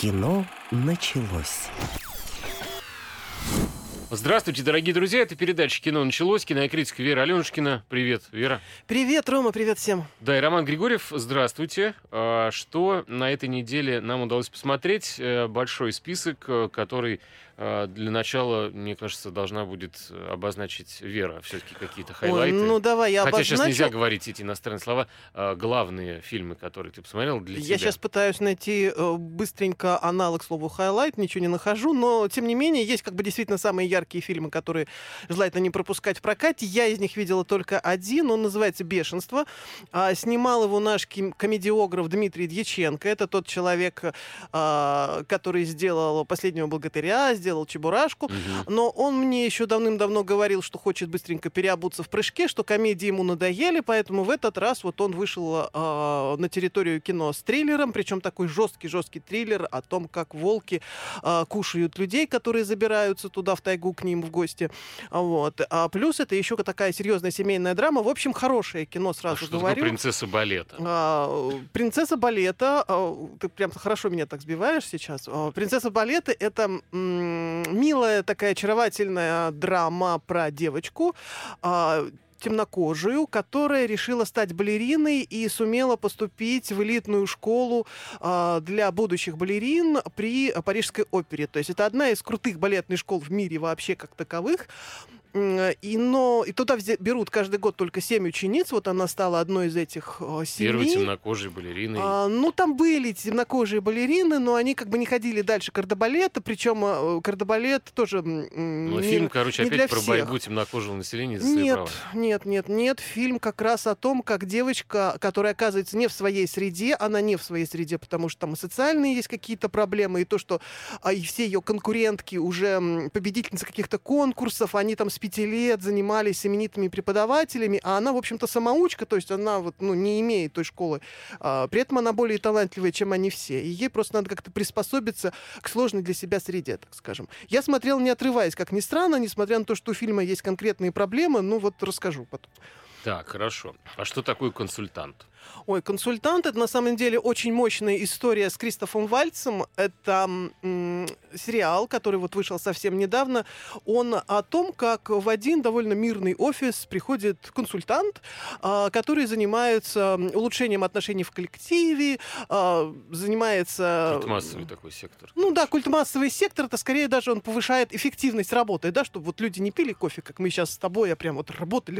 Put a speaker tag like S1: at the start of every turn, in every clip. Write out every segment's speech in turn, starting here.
S1: Кино началось.
S2: Здравствуйте, дорогие друзья. Это передача «Кино началось». Кинокритика Вера Аленушкина. Привет, Вера.
S3: Привет, Рома, привет всем.
S2: Да, и Роман Григорьев. Здравствуйте. Что на этой неделе нам удалось посмотреть? Большой список, который для начала, мне кажется, должна будет обозначить Вера. Все-таки какие-то хайлайты.
S3: Ой, ну давай я
S2: Хотя
S3: обозначу.
S2: сейчас нельзя говорить эти иностранные слова. Главные фильмы, которые ты посмотрел для тебя.
S3: Я сейчас пытаюсь найти быстренько аналог слову «хайлайт», ничего не нахожу, но, тем не менее, есть как бы действительно самые яркие фильмы, которые желательно не пропускать в прокате. Я из них видела только один, он называется «Бешенство». Снимал его наш комедиограф Дмитрий Дьяченко. Это тот человек, который сделал «Последнего богатыря», сделал «Чебурашку». Но он мне еще давным-давно говорил, что хочет быстренько переобуться в прыжке, что комедии ему надоели, поэтому в этот раз вот он вышел на территорию кино с триллером, причем такой жесткий триллер о том, как волки кушают людей, которые забираются туда в тайгу к ним в гости. Вот. Плюс это еще такая серьезная семейная драма. В общем, хорошее кино, сразу
S2: что
S3: говорю.
S2: Такое «Принцесса балета»?
S3: «Принцесса балета», ты прям хорошо меня так сбиваешь сейчас. «Принцесса балета» — это милая такая очаровательная драма про девочку, темнокожую, которая решила стать балериной и сумела поступить в элитную школу для будущих балерин при Парижской опере. То есть это одна из крутых балетных школ в мире вообще как таковых. И туда берут каждый год только 7 учениц. Вот она стала одной из этих 7.
S2: Первой темнокожей балериной.
S3: Там были темнокожие балерины, но они как бы не ходили дальше кардебалета. Причем кардебалет тоже
S2: фильм, опять про борьбу темнокожего населения за свои права.
S3: Нет. Фильм как раз о том, как девочка, которая оказывается не в своей среде, она не в своей среде, потому что там и социальные есть какие-то проблемы, и то, что и все ее конкурентки уже победительницы каких-то конкурсов, они там с 5 лет занимались именитыми преподавателями, а она, в общем-то, самоучка, то есть она не имеет той школы. При этом она более талантливая, чем они все. И ей просто надо как-то приспособиться к сложной для себя среде, так скажем. Я смотрел, не отрываясь, как ни странно, несмотря на то, что у фильма есть конкретные проблемы, расскажу потом.
S2: Так, хорошо. А что такое «Консультант»?
S3: Ой, «Консультант» — это на самом деле очень мощная история с Кристофом Вальцем. Это сериал, который вышел совсем недавно. Он о том, как в один довольно мирный офис приходит консультант, который занимается улучшением отношений в коллективе, занимается...
S2: Культмассовый такой сектор.
S3: Культмассовый сектор, это скорее даже он повышает эффективность работы, да, чтобы люди не пили кофе, как мы сейчас с тобой, а прям работали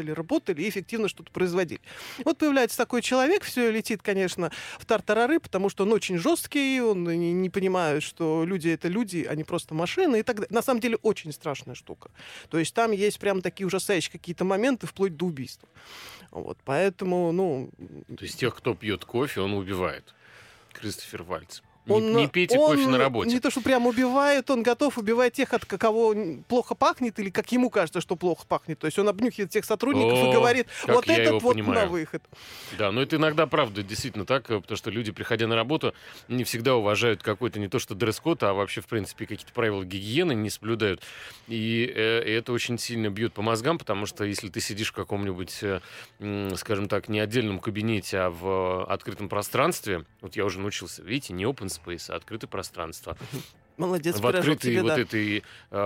S3: и эффективно что-то производили. Вот появляется такой человек, все летит, конечно, в тартарары, потому что он очень жесткий, он не понимает, что люди — это люди, а не просто машины и так далее. На самом деле очень страшная штука. То есть там есть прям такие ужасающие какие-то моменты, вплоть до убийства. Вот, поэтому,
S2: То есть тех, кто пьет кофе, он убивает. Кристофер Вальц. Не пейте кофе на работе.
S3: Не то, что прям убивает, он готов убивать тех, от кого плохо пахнет, или как ему кажется, что плохо пахнет. То есть он обнюхивает всех сотрудников и говорит, вот этот на выход.
S2: Да, но это иногда правда действительно так, потому что люди, приходя на работу, не всегда уважают какой-то не то что дресс-код, а вообще, в принципе, какие-то правила гигиены не соблюдают. И это очень сильно бьет по мозгам, потому что если ты сидишь в каком-нибудь, скажем так, не отдельном кабинете, а в открытом пространстве, вот я уже научился, видите, не open space, а открытое пространство.
S3: Молодец,
S2: в открытой этой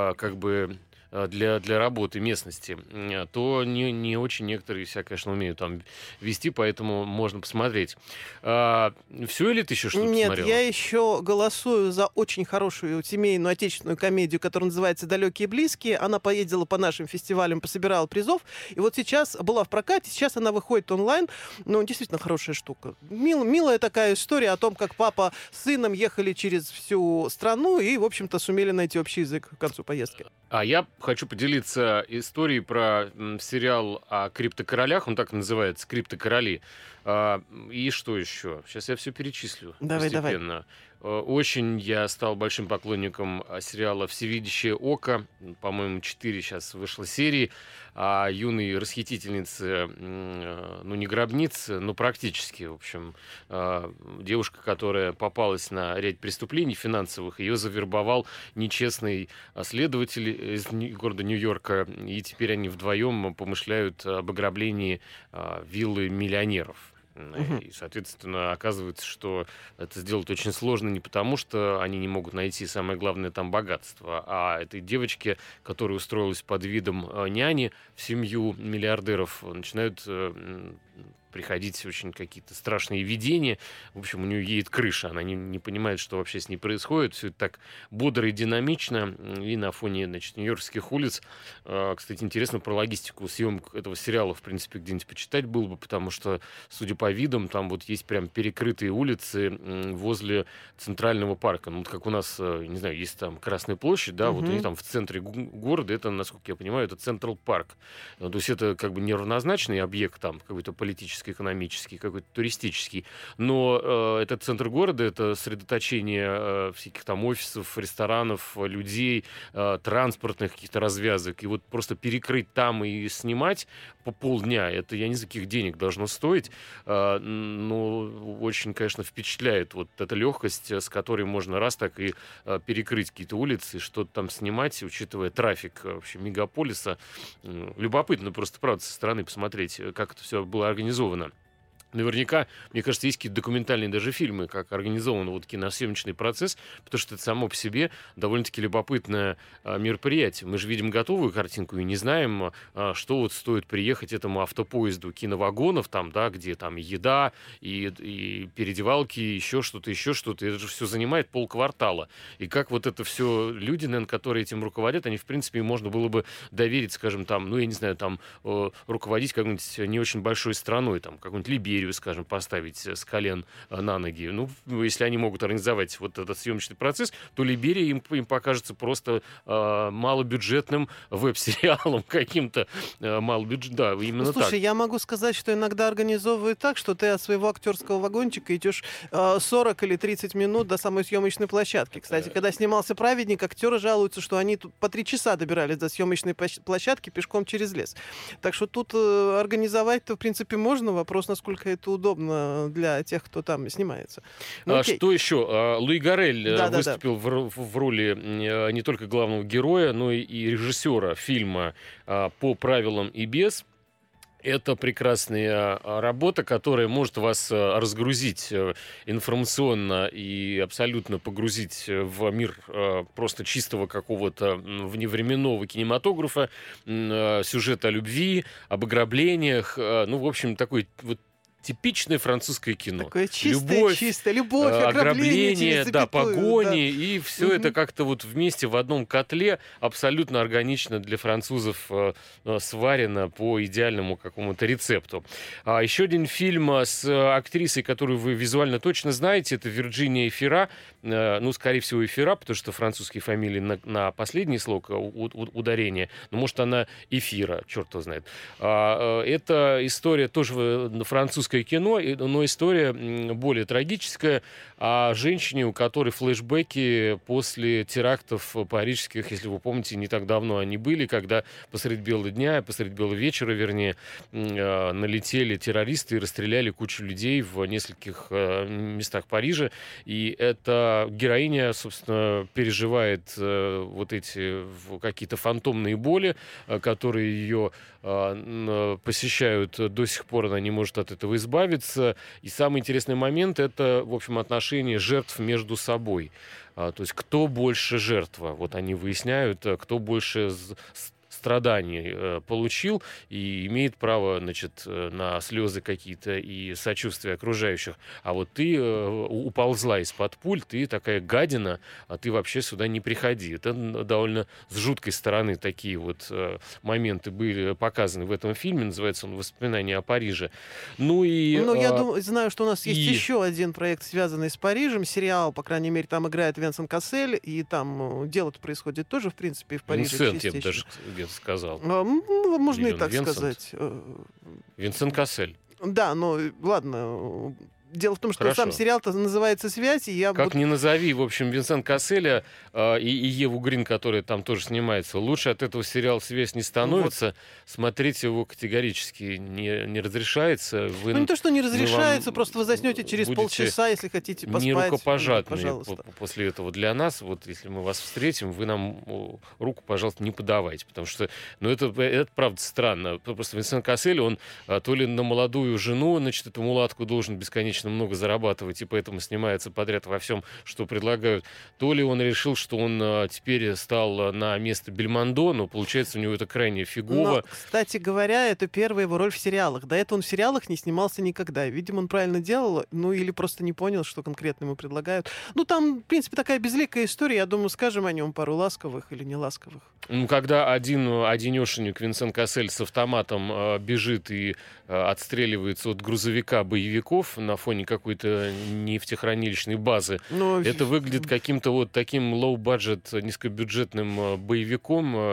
S2: для работы местности, то не очень некоторые себя, конечно, умеют там вести, поэтому можно посмотреть. Все или ты еще что-то посмотрела?
S3: Нет, я еще голосую за очень хорошую семейную отечественную комедию, которая называется «Далекие и близкие». Она поездила по нашим фестивалям, пособирала призов. И вот сейчас была в прокате, сейчас она выходит онлайн. Действительно хорошая штука. Милая такая история о том, как папа с сыном ехали через всю страну и, в общем-то, сумели найти общий язык к концу поездки.
S2: А я хочу поделиться историей про сериал о криптокоролях. Он так и называется «Криптокороли». И что еще? Сейчас я все перечислю постепенно. Очень я стал большим поклонником сериала «Всевидящее око». По-моему, 4 сейчас вышло серии. О юной расхитительнице, не гробницы, но практически, в общем, девушка, которая попалась на ряд преступлений финансовых, ее завербовал нечестный следователь из города Нью-Йорка, и теперь они вдвоем помышляют об ограблении виллы миллионеров. И, соответственно, оказывается, что это сделать очень сложно не потому, что они не могут найти, самое главное, там богатство, а этой девочке, которая устроилась под видом няни в семью миллиардеров, начинают приходить очень какие-то страшные видения. В общем, у нее едет крыша. Она не понимает, что вообще с ней происходит. Все это так бодро и динамично. И на фоне, значит, нью-йоркских улиц. Кстати, интересно про логистику съемок этого сериала, в принципе, где-нибудь почитать было бы, потому что, судя по видам, там вот есть прям перекрытые улицы возле Центрального парка. Ну, вот как у нас, не знаю, есть там Красная площадь, да, вот они там в центре города, это, насколько я понимаю, это Централ парк. То есть это как бы неравнозначный объект, там, какой-то политический, экономический, какой-то туристический. Но этот центр города, это средоточение всяких там офисов, ресторанов, людей, транспортных каких-то развязок. И вот просто перекрыть там и снимать по полдня, это я не знаю, каких денег должно стоить. Но очень, конечно, впечатляет вот эта легкость, с которой можно раз так и перекрыть какие-то улицы, что-то там снимать, учитывая трафик вообще мегаполиса. Любопытно просто, правда, со стороны посмотреть, как это все было организовано. Наверняка, мне кажется, есть какие-то документальные даже фильмы, как организован вот киносъемочный процесс, потому что это само по себе довольно-таки любопытное мероприятие. Мы же видим готовую картинку и не знаем, что вот стоит приехать этому автопоезду киновагонов, там, да, где там еда, и переодевалки, еще что-то. Это же все занимает полквартала. И как вот это все люди, наверное, которые этим руководят, они, в принципе, можно было бы доверить, скажем, там, ну, я не знаю, там, руководить какой-нибудь не очень большой страной, там, какой-нибудь Либерию, скажем, поставить с колен на ноги. Ну, если они могут организовать вот этот съемочный процесс, то Либерия им покажется просто малобюджетным веб-сериалом каким-то. Да, именно так.
S3: Слушай, я могу сказать, что иногда организовывают так, что ты от своего актерского вагончика идешь 40 или 30 минут до самой съемочной площадки. Кстати, когда снимался «Праведник», актеры жалуются, что они тут по 3 часа добирались до съемочной площадки пешком через лес. Так что тут организовать-то, в принципе, можно. Вопрос, насколько это удобно для тех, кто там снимается.
S2: Что еще? Луи Гаррель выступил в роли не только главного героя, но и режиссера фильма «По правилам и без». Это прекрасная работа, которая может вас разгрузить информационно и абсолютно погрузить в мир просто чистого какого-то вневременного кинематографа, сюжета о любви, об ограблениях. Ну, в общем, такой вот типичное французское кино.
S3: Такое чистое, любовь,
S2: ограбление, да, погони, и все это как-то вот вместе в одном котле абсолютно органично для французов сварено по идеальному какому-то рецепту. Еще один фильм с актрисой, которую вы визуально точно знаете, это Вирджиния Эфира. Ну, скорее всего, Эфира, потому что французские фамилии на последний слог ударения. Но, может, она Эфира, черт его знает. Это история тоже французская кино, но история более трагическая о женщине, у которой флешбеки после терактов парижских, если вы помните, не так давно они были, когда посреди белого дня, посреди белого вечера, вернее, налетели террористы и расстреляли кучу людей в нескольких местах Парижа. И эта героиня, собственно, переживает вот эти какие-то фантомные боли, которые ее посещают до сих пор, она не может от этого избавиться. И самый интересный момент — это, в общем, отношения жертв между собой. То есть кто больше жертва. Вот они выясняют, кто больше страданий получил и имеет право, значит, на слезы какие-то и сочувствие окружающих. А вот ты уползла из-под пуль, ты такая гадина, а ты вообще сюда не приходи. Это довольно с жуткой стороны такие вот моменты были показаны в этом фильме. Называется он «Воспоминания о Париже». Ну и...
S3: я знаю, что у нас есть еще один проект, связанный с Парижем. Сериал, по крайней мере, там играет Венсан Кассель, и там дело-то происходит тоже, в принципе, и в Париже.
S2: Винсент, я бы даже где-то сказал.
S3: Можно и так
S2: Винсент.
S3: сказать.
S2: Винсент Кассель.
S3: Да, ну ладно. дело в том, что
S2: Хорошо.
S3: сам сериал-то называется «Связь», и я...
S2: Как ни назови, в общем, Винсент Касселя и Еву Грин, которая там тоже снимается, лучше от этого сериала «Связь» не становится. Вот. Смотреть его категорически не разрешается. Вы,
S3: не то, что не разрешается, просто вы заснете через полчаса, если хотите поспать.
S2: Не рукопожатные после этого для нас. Вот если мы вас встретим, вы нам руку, пожалуйста, не подавайте, потому что, это правда странно. Просто Винсент Кассель, он то ли на молодую жену, значит, эту мулатку должен бесконечно много зарабатывать, и поэтому снимается подряд во всем, что предлагают. То ли он решил, что он теперь стал на место Бельмондо, но получается у него это крайне фигово.
S3: Но, кстати говоря, это первая его роль в сериалах. До этого он в сериалах не снимался никогда. Видимо, он правильно делал, или просто не понял, что конкретно ему предлагают. Там, в принципе, такая безликая история. Я думаю, скажем о нем пару ласковых или не ласковых.
S2: Когда одинешенек Винсент Кассель с автоматом бежит и отстреливается от грузовика боевиков на фоне какой-то нефтехранилищной базы, это выглядит каким-то вот таким low-budget, низкобюджетным боевиком,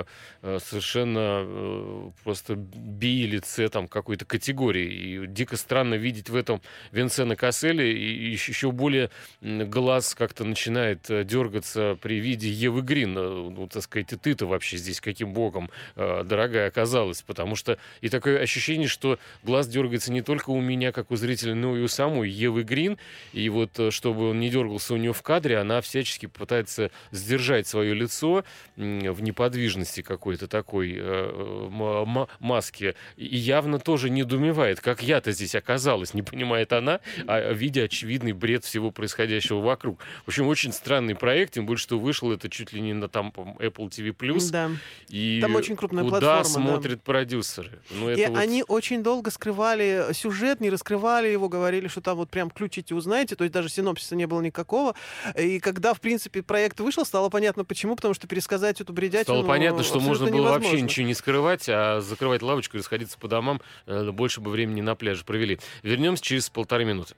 S2: совершенно просто би-лице там какой-то категории. И дико странно видеть в этом Винсента Касселя, и еще более глаз как-то начинает дергаться при виде Евы Грин. Так сказать, и ты-то вообще здесь каким боком, дорогая, оказалась? Потому что и такое ощущение, что глаз дергается не только у меня, как у зрителя, но и у самой Евы Грин. И вот, чтобы он не дергался у нее в кадре, она всячески пытается сдержать свое лицо в неподвижности какой-то такой маске. И явно тоже недоумевает, как я-то здесь оказалась, не понимает она, видя очевидный бред всего происходящего вокруг. В общем, очень странный проект, тем более, что вышел это чуть ли не на там Apple TV+.
S3: Да.
S2: И
S3: там очень крупная
S2: куда
S3: платформа.
S2: Смотрят продюсеры.
S3: Они очень долго скрывали сюжет, не раскрывали его, говорили, что там вот прям включите, узнаете, то есть даже синопсиса не было никакого. И когда, в принципе, проект вышел, стало понятно почему, потому что пересказать эту бредятину
S2: стало понятно, что можно было
S3: невозможно.
S2: Вообще ничего не скрывать, а закрывать лавочку и расходиться по домам, больше бы времени на пляже провели. Вернемся через 1,5 минуты.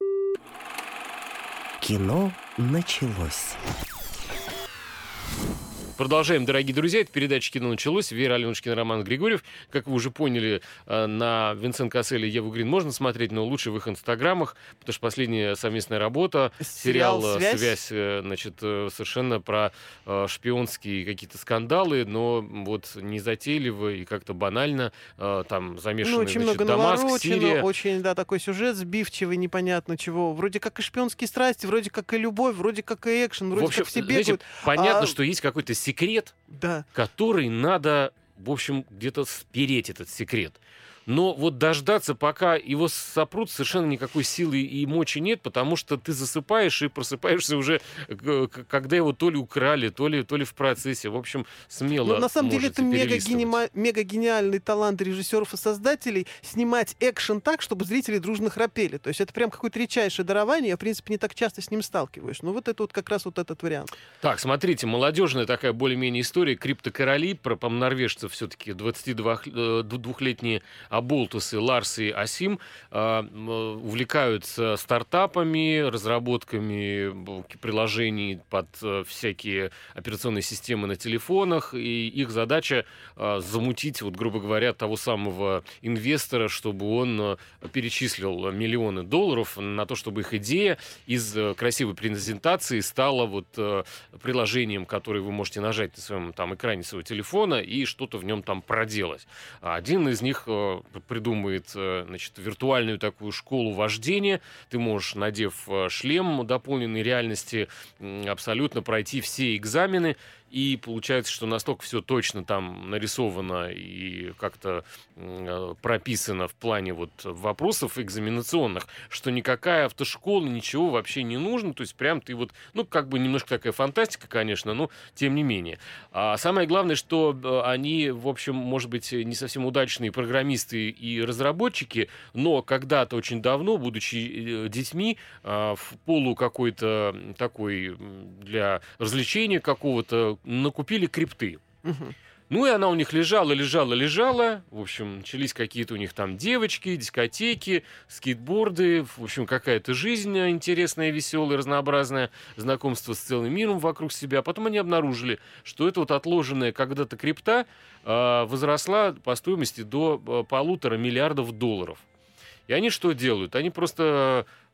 S1: Кино началось.
S2: Продолжаем, дорогие друзья. Это передача «Кино началось». Вера Аленушкина, Роман Григорьев. Как вы уже поняли, на Винсент Кассель и Еву Грин можно смотреть, но лучше в их инстаграмах, потому что последняя совместная работа, сериал «Связь», значит, совершенно про шпионские какие-то скандалы, но вот незатейливо и как-то банально. Там замешаны,
S3: очень много
S2: Дамаск, Сирия.
S3: Очень, такой сюжет сбивчивый, непонятно чего. Вроде как и шпионские страсти, вроде как и любовь, вроде как и экшен, вроде как все бегают.
S2: Знаете, понятно, что есть какой-то секрет,
S3: да,
S2: который надо, в общем, где-то спереть, этот секрет. Но вот дождаться, пока его сопрут, совершенно никакой силы и мочи нет, потому что ты засыпаешь и просыпаешься уже, когда его то ли украли, то ли в процессе. В общем, смело.
S3: Но на самом деле это мега
S2: перелистывать.
S3: гениальный талант режиссеров и создателей снимать экшен так, чтобы зрители дружно храпели. То есть это прям какое-то редчайшее дарование. Я, в принципе, не так часто с ним сталкиваюсь. Но вот это вот как раз вот этот вариант.
S2: Так, смотрите, молодежная такая более-менее история. Криптокороли, про норвежцев все-таки 22-летние оболтусы Ларс и Асим увлекаются стартапами, разработками приложений под всякие операционные системы на телефонах, и их задача замутить, вот, грубо говоря, того самого инвестора, чтобы он перечислил миллионы долларов на то, чтобы их идея из красивой презентации стала вот приложением, которое вы можете нажать на своем там экране своего телефона и что-то в нем там проделать. Один из них придумает, значит, виртуальную такую школу вождения. Ты можешь, надев шлем дополненной реальности, абсолютно пройти все экзамены. И получается, что настолько все точно там нарисовано и как-то прописано в плане вот вопросов экзаменационных, что никакая автошкола, ничего вообще не нужно. То есть прям ты вот, как бы немножко такая фантастика, конечно, но тем не менее. А самое главное, что они, в общем, может быть, не совсем удачные программисты и разработчики, но когда-то очень давно, будучи детьми, в полу какой-то такой для развлечения какого-то, накупили крипты. Ну и она у них лежала. В общем, начались какие-то у них там девочки, дискотеки, скейтборды. В общем, какая-то жизнь интересная, веселая, разнообразная. Знакомство с целым миром вокруг себя. Потом они обнаружили, что эта вот отложенная когда-то крипта возросла по стоимости до $1,5 миллиарда. И они что делают? Они просто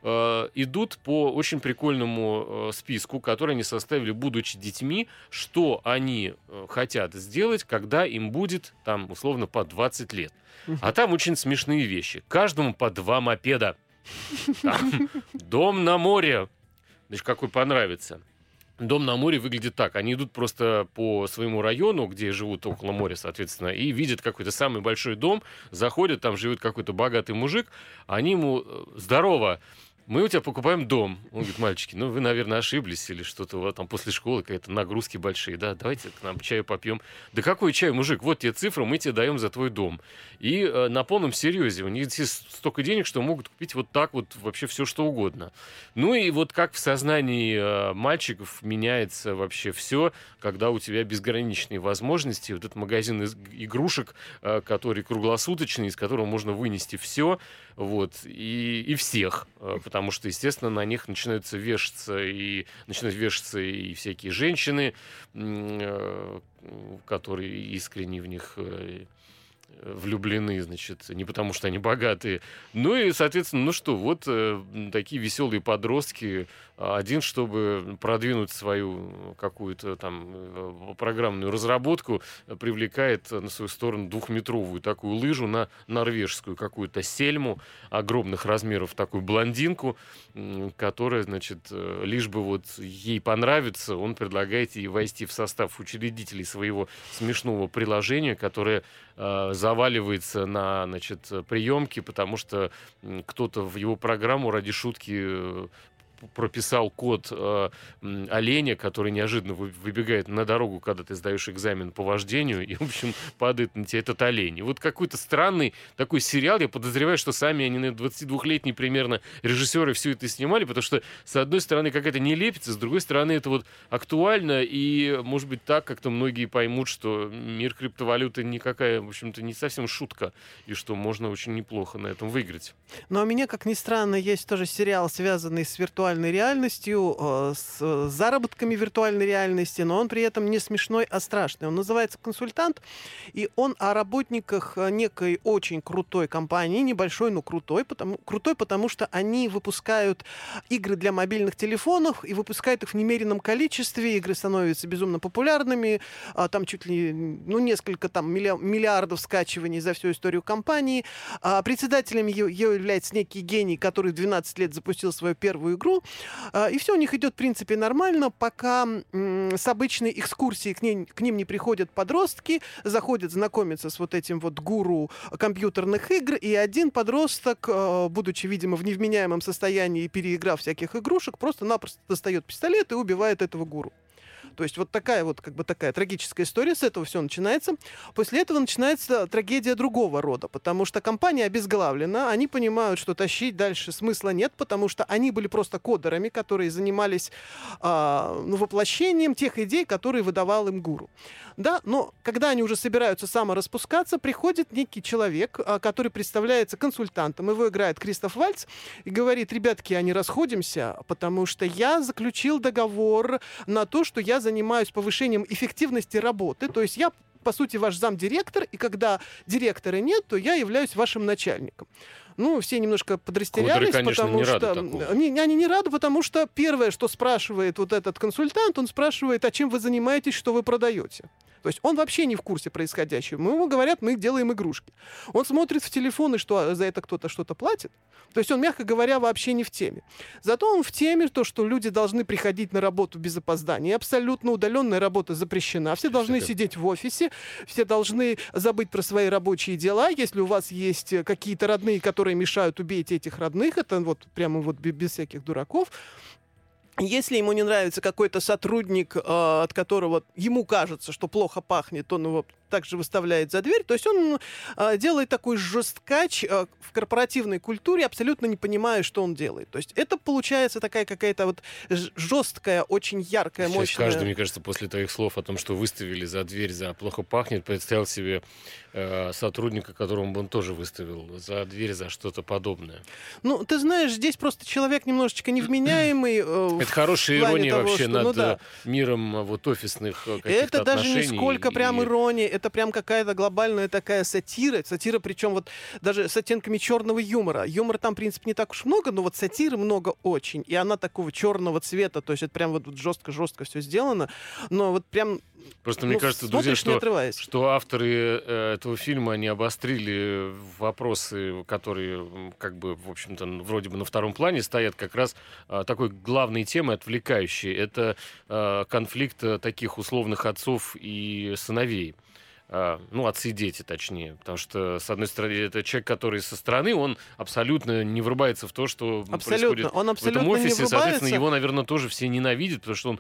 S2: идут по очень прикольному списку, который они составили, будучи детьми, что они хотят сделать, когда им будет, там, условно, по 20 лет. А там очень смешные вещи. Каждому по 2 мопеда. Там дом на море. Значит, какой понравится. Дом на море выглядит так. Они идут просто по своему району, где живут около моря, соответственно, и видят какой-то самый большой дом, заходят, там живет какой-то богатый мужик, они ему: здорово, мы у тебя покупаем дом. Он говорит: мальчики, ну вы, наверное, ошиблись или что-то, вот там после школы какие-то нагрузки большие, да, давайте к нам чаю попьем. Да какой чай, мужик, вот тебе цифра, мы тебе даем за твой дом. И на полном серьезе, у них здесь столько денег, что могут купить вот так вот вообще все, что угодно. Ну и вот как в сознании мальчиков меняется вообще все, когда у тебя безграничные возможности, вот этот магазин игрушек, который круглосуточный, из которого можно вынести все, вот, и всех, потому что, естественно, на них начинают вешаться и всякие женщины, которые искренне в них влюблены, значит, не потому что они богатые. Ну и, соответственно, ну что, вот такие веселые подростки. Один, чтобы продвинуть свою какую-то там программную разработку, привлекает на свою сторону 2-метровую такую лыжу, на норвежскую какую-то сельму огромных размеров, такую блондинку, которая, значит, лишь бы вот ей понравится, он предлагает ей войти в состав учредителей своего смешного приложения, которое заваливается на, значит, приемки, потому что кто-то в его программу ради шутки прописал код оленя, который неожиданно выбегает на дорогу, когда ты сдаешь экзамен по вождению, и, в общем, падает на тебя этот олень. И вот какой-то странный такой сериал, я подозреваю, что сами они, 22-летние примерно режиссеры все это снимали, потому что, с одной стороны, какая-то нелепица, с другой стороны, это вот актуально, и, может быть, так как-то многие поймут, что мир криптовалюты никакая, в общем-то, не совсем шутка, и что можно очень неплохо на этом выиграть.
S3: Но у меня, как ни странно, есть тоже сериал, связанный с виртуальной реальностью, с заработками виртуальной реальности, но он при этом не смешной, а страшный. Он называется «Консультант», и он о работниках некой очень крутой компании, небольшой, но крутой, потому что они выпускают игры для мобильных телефонов и выпускают их в немеренном количестве. Игры становятся безумно популярными, там чуть ли, ну, несколько там миллиардов скачиваний за всю историю компании. Председателем ее является некий гений, который в 12 лет запустил свою первую игру. И все у них идет, в принципе, нормально, пока с обычной экскурсией к ним не приходят подростки, заходят знакомиться с вот этим вот гуру компьютерных игр, и один подросток, будучи, видимо, в невменяемом состоянии, переиграв всяких игрушек, просто-напросто достает пистолет и убивает этого гуру. То есть вот такая вот, как бы такая трагическая история, с этого все начинается. После этого начинается трагедия другого рода, потому что компания обезглавлена, они понимают, что тащить дальше смысла нет, потому что они были просто кодерами, которые занимались воплощением тех идей, которые выдавал им гуру. Да, но когда они уже собираются самораспускаться, приходит некий человек, который представляется консультантом, его играет Кристоф Вальц, и говорит: ребятки, а не расходимся, потому что я заключил договор на то, что я занимаюсь повышением эффективности работы, то есть я, по сути, ваш замдиректор, и когда директора нет, то я являюсь вашим начальником. Ну, все немножко подрастерялись,
S2: Кодеры, конечно,
S3: потому
S2: не
S3: что...
S2: рады
S3: Они не рады, потому что первое, что спрашивает вот этот консультант, он спрашивает: а чем вы занимаетесь, что вы продаете? То есть он вообще не в курсе происходящего. Ему говорят: мы делаем игрушки. Он смотрит в телефон, и что за это кто-то что-то платит. То есть он, мягко говоря, вообще не в теме. Зато он в теме, то, что люди должны приходить на работу без опоздания. Абсолютно удаленная работа запрещена. Все должны сидеть в офисе, все должны забыть про свои рабочие дела. Если у вас есть какие-то родные, которые мешают, убейте этих родных. Это вот прямо вот без всяких дураков. Если ему не нравится какой-то сотрудник, от которого ему кажется, что плохо пахнет, он его также выставляет за дверь. То есть он делает такой жесткач в корпоративной культуре, абсолютно не понимая, что он делает. То есть это получается такая какая-то вот жесткая, очень яркая,
S2: сейчас
S3: мощная...
S2: Каждый, мне кажется, после твоих слов о том, что выставили за дверь за плохо пахнет, представил себе сотрудника, которому бы он тоже выставил за дверь за что-то подобное.
S3: Ну, ты знаешь, здесь просто человек немножечко невменяемый.
S2: Это хорошая ирония
S3: того,
S2: вообще
S3: что,
S2: над миром вот офисных каких-то
S3: это
S2: отношений.
S3: даже не сколько прям ирония, это прям какая-то глобальная такая сатира, причем вот даже с оттенками черного юмора. Юмора там, в принципе, не так уж много, но вот сатиры много очень, и она такого черного цвета, то есть это прям вот жестко-жестко все сделано, но вот прям...
S2: Просто мне кажется, друзья, что авторы этого фильма, они обострили вопросы, которые, как бы, в общем-то, вроде бы на втором плане стоят, как раз такой главной темой, отвлекающей. Это конфликт таких условных отцов и сыновей. Ну, отцы и дети, точнее. Потому что, с одной стороны, это человек, который со стороны, он абсолютно не врубается в то, что происходит в этом офисе. Соответственно, его, наверное, тоже все ненавидят, потому что он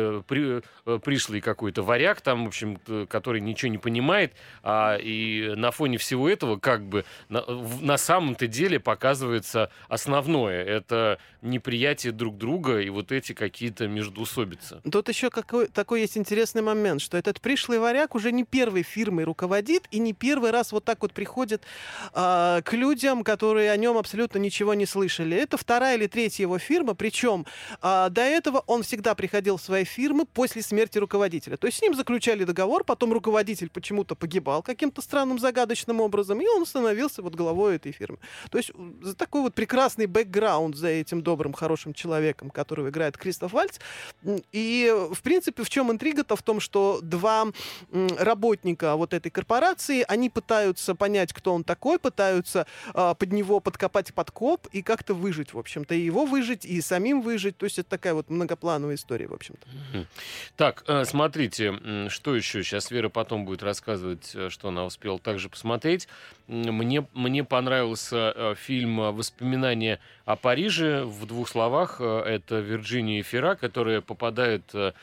S2: пришлый какой-то варяг, там, в общем, который ничего не понимает. И на фоне всего этого, как бы, на самом-то деле показывается основное. Это неприятие друг друга и вот эти какие-то междоусобицы.
S3: Тут еще такой есть интересный момент, что этот пришлый варяг уже не первый фирмой руководит и не первый раз вот так вот приходит к людям, которые о нем абсолютно ничего не слышали. Это вторая или третья его фирма, причем до этого он всегда приходил в свои фирмы после смерти руководителя. То есть с ним заключали договор, потом руководитель почему-то погибал каким-то странным загадочным образом, и он становился вот главой этой фирмы. То есть за такой вот прекрасный бэкграунд за этим добрым, хорошим человеком, которого играет Кристоф Вальтз. И, в принципе, в чем интрига-то? В том, что два работника вот этой корпорации, они пытаются понять, кто он такой, пытаются под него подкопать подкоп и как-то выжить, в общем-то, и его выжить, и самим выжить. То есть это такая вот многоплановая история, в общем-то.
S2: Так, смотрите, что еще? Сейчас Вера потом будет рассказывать, что она успела также посмотреть. Мне понравился фильм «Воспоминания о Париже». В двух словах, это Вирджиния Фира, которая попадает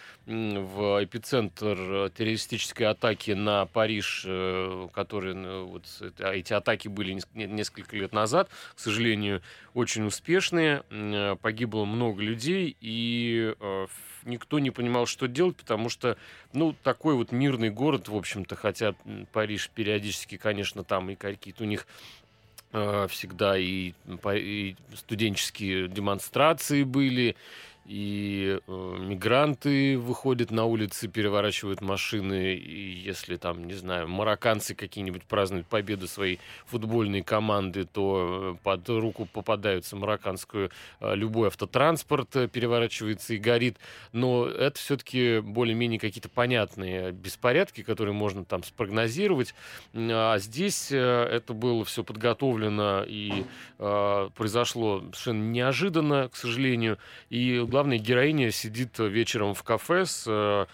S2: в эпицентр террористической атаки на Париж, которые, вот, эти атаки были несколько лет назад, к сожалению, очень успешные. Погибло много людей, и никто не понимал, что делать, потому что, ну, такой вот мирный город, в общем-то, хотя Париж периодически, конечно, там и какие-то у них всегда и студенческие демонстрации были, и мигранты выходят на улицы, переворачивают машины, и если там, не знаю, марокканцы какие-нибудь празднуют победу своей футбольной команды, то под руку попадается марокканскую любой автотранспорт, переворачивается и горит. Но это все-таки более-менее какие-то понятные беспорядки, которые можно там спрогнозировать. А здесь это было все подготовлено и произошло совершенно неожиданно, к сожалению. И главная героиня сидит вечером в кафе с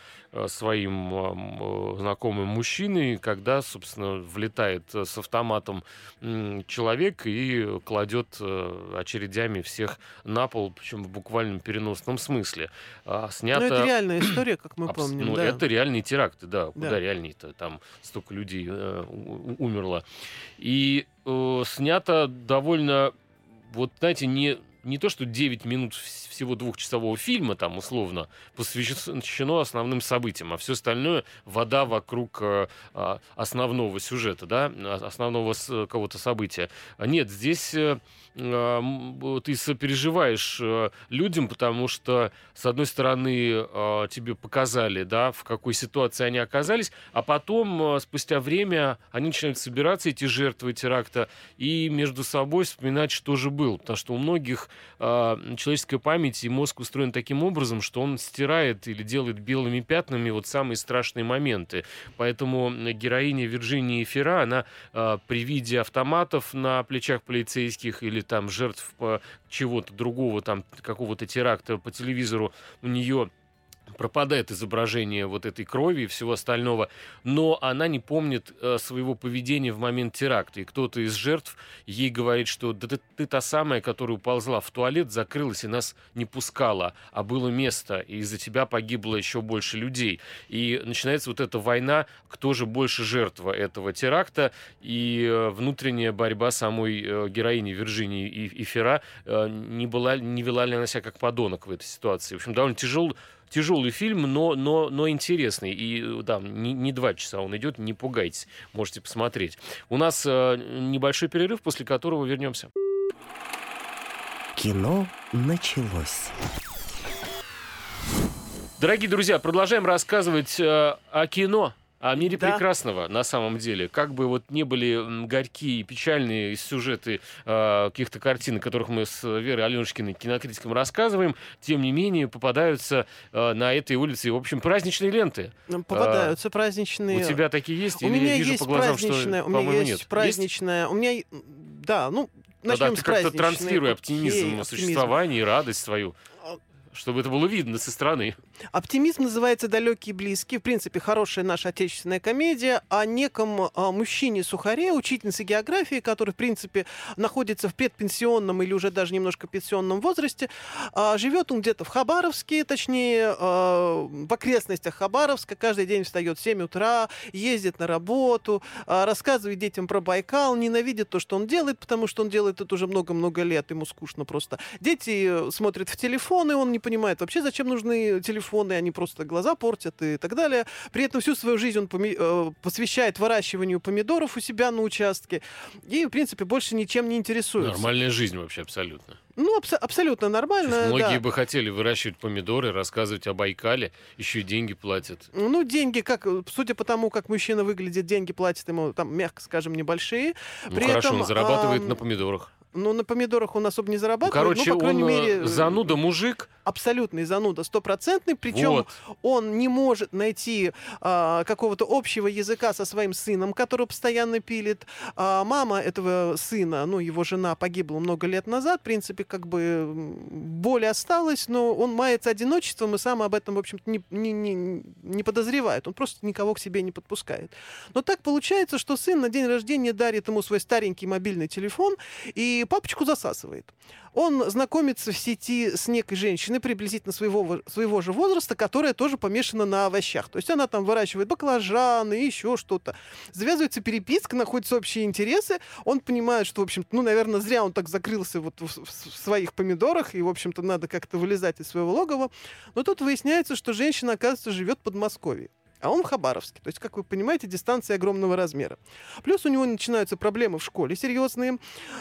S2: своим знакомым мужчиной, когда, собственно, влетает с автоматом человек и кладет очередями всех на пол, причем в буквальном переносном смысле. Снято...
S3: Ну, это реальная история, как мы помним.
S2: Ну,
S3: да.
S2: Это реальные теракты, да.
S3: Да.
S2: Куда реальнее-то? Там столько людей умерло. И снято довольно, вот, знаете, не то, что 9 минут всего двухчасового фильма, там, условно, посвящено основным событиям, а все остальное — вода вокруг основного сюжета, да, основного какого-то события. Нет, здесь ты сопереживаешь людям, потому что, с одной стороны, тебе показали, да, в какой ситуации они оказались, а потом, спустя время, они начинают собираться, эти жертвы теракта, и между собой вспоминать, что же было. Потому что у многих человеческая память и мозг устроен таким образом, что он стирает или делает белыми пятнами вот самые страшные моменты. Поэтому героиня Вирджинии Фира, она при виде автоматов на плечах полицейских или там жертв чего-то другого, там какого-то теракта по телевизору, у нее пропадает изображение вот этой крови и всего остального, но она не помнит своего поведения в момент теракта. И кто-то из жертв ей говорит, что да ты та самая, которая уползла в туалет, закрылась и нас не пускала, а было место, и из-за тебя погибло еще больше людей. И начинается вот эта война, кто же больше жертва этого теракта, и внутренняя борьба самой героини Вирджинии и Фира, не вела ли она себя как подонок в этой ситуации. В общем, довольно тяжелый фильм, но интересный. И да, не 2 часа он идет, не пугайтесь, можете посмотреть. У нас небольшой перерыв, после которого вернемся.
S1: Кино началось.
S2: Дорогие друзья, продолжаем рассказывать о кино. о мире
S3: Да.
S2: прекрасного на самом деле. Как бы вот не были горькие, печальные сюжеты каких-то картин, о которых мы с Верой Аленушкиной, кинокритиком, рассказываем, тем не менее попадаются на этой улице, в общем, праздничные ленты.
S3: Попадаются праздничные.
S2: У тебя такие есть?
S3: У
S2: Или
S3: меня
S2: я вижу
S3: есть
S2: по глазам, что,
S3: праздничная, у
S2: по-моему,
S3: меня есть
S2: нет?
S3: праздничная. У меня, да, ну,
S2: Тогда
S3: начнем
S2: ты
S3: с
S2: как-то
S3: праздничной.
S2: транслируй
S3: Окей,
S2: оптимизм существования и радость свою, чтобы это было видно со стороны.
S3: Оптимизм называется «Далекий и близкий». В принципе, хорошая наша отечественная комедия о неком мужчине-сухаре, учительнице географии, который, в принципе, находится в предпенсионном или уже даже немножко пенсионном возрасте. Живет он где-то в Хабаровске, точнее, в окрестностях Хабаровска. Каждый день встает в 7 утра, ездит на работу, рассказывает детям про Байкал, ненавидит то, что он делает, потому что он делает это уже много-много лет, ему скучно просто. Дети смотрят в телефоны, он не понимает вообще, зачем нужны телефоны, они просто глаза портят и так далее. При этом всю свою жизнь он посвящает выращиванию помидоров у себя на участке и, в принципе, больше ничем не интересуется.
S2: Нормальная жизнь вообще абсолютно.
S3: Ну, абсолютно нормально.
S2: Многие
S3: да.
S2: бы хотели выращивать помидоры, рассказывать о Байкале, еще и деньги платят.
S3: Ну, деньги, судя по тому, как мужчина выглядит, деньги платят ему, там, мягко скажем, небольшие.
S2: Ну,
S3: При
S2: хорошо,
S3: этом,
S2: он зарабатывает на помидорах.
S3: Ну, на помидорах он особо не зарабатывает.
S2: Короче,
S3: по крайней
S2: он
S3: мере,
S2: зануда-мужик.
S3: Абсолютный зануда, стопроцентный. Причем
S2: Вот.
S3: он не может найти какого-то общего языка со своим сыном, который постоянно пилит. Мама этого сына, ну, его жена погибла много лет назад. В принципе, как бы боль осталась, но он мается одиночеством и сам об этом, в общем-то, не подозревает. Он просто никого к себе не подпускает. Но так получается, что сын на день рождения дарит ему свой старенький мобильный телефон и папочку засасывает. Он знакомится в сети с некой женщиной приблизительно своего же возраста, которая тоже помешана на овощах. То есть она там выращивает баклажаны и еще что-то. Завязывается переписка, находятся общие интересы. Он понимает, что, в общем-то, ну, наверное, зря он так закрылся вот в своих помидорах, и, в общем-то, надо как-то вылезать из своего логова. Но тут выясняется, что женщина, оказывается, живет в Подмосковье. А он в Хабаровске. То есть, как вы понимаете, дистанция огромного размера. Плюс у него начинаются проблемы в школе серьезные.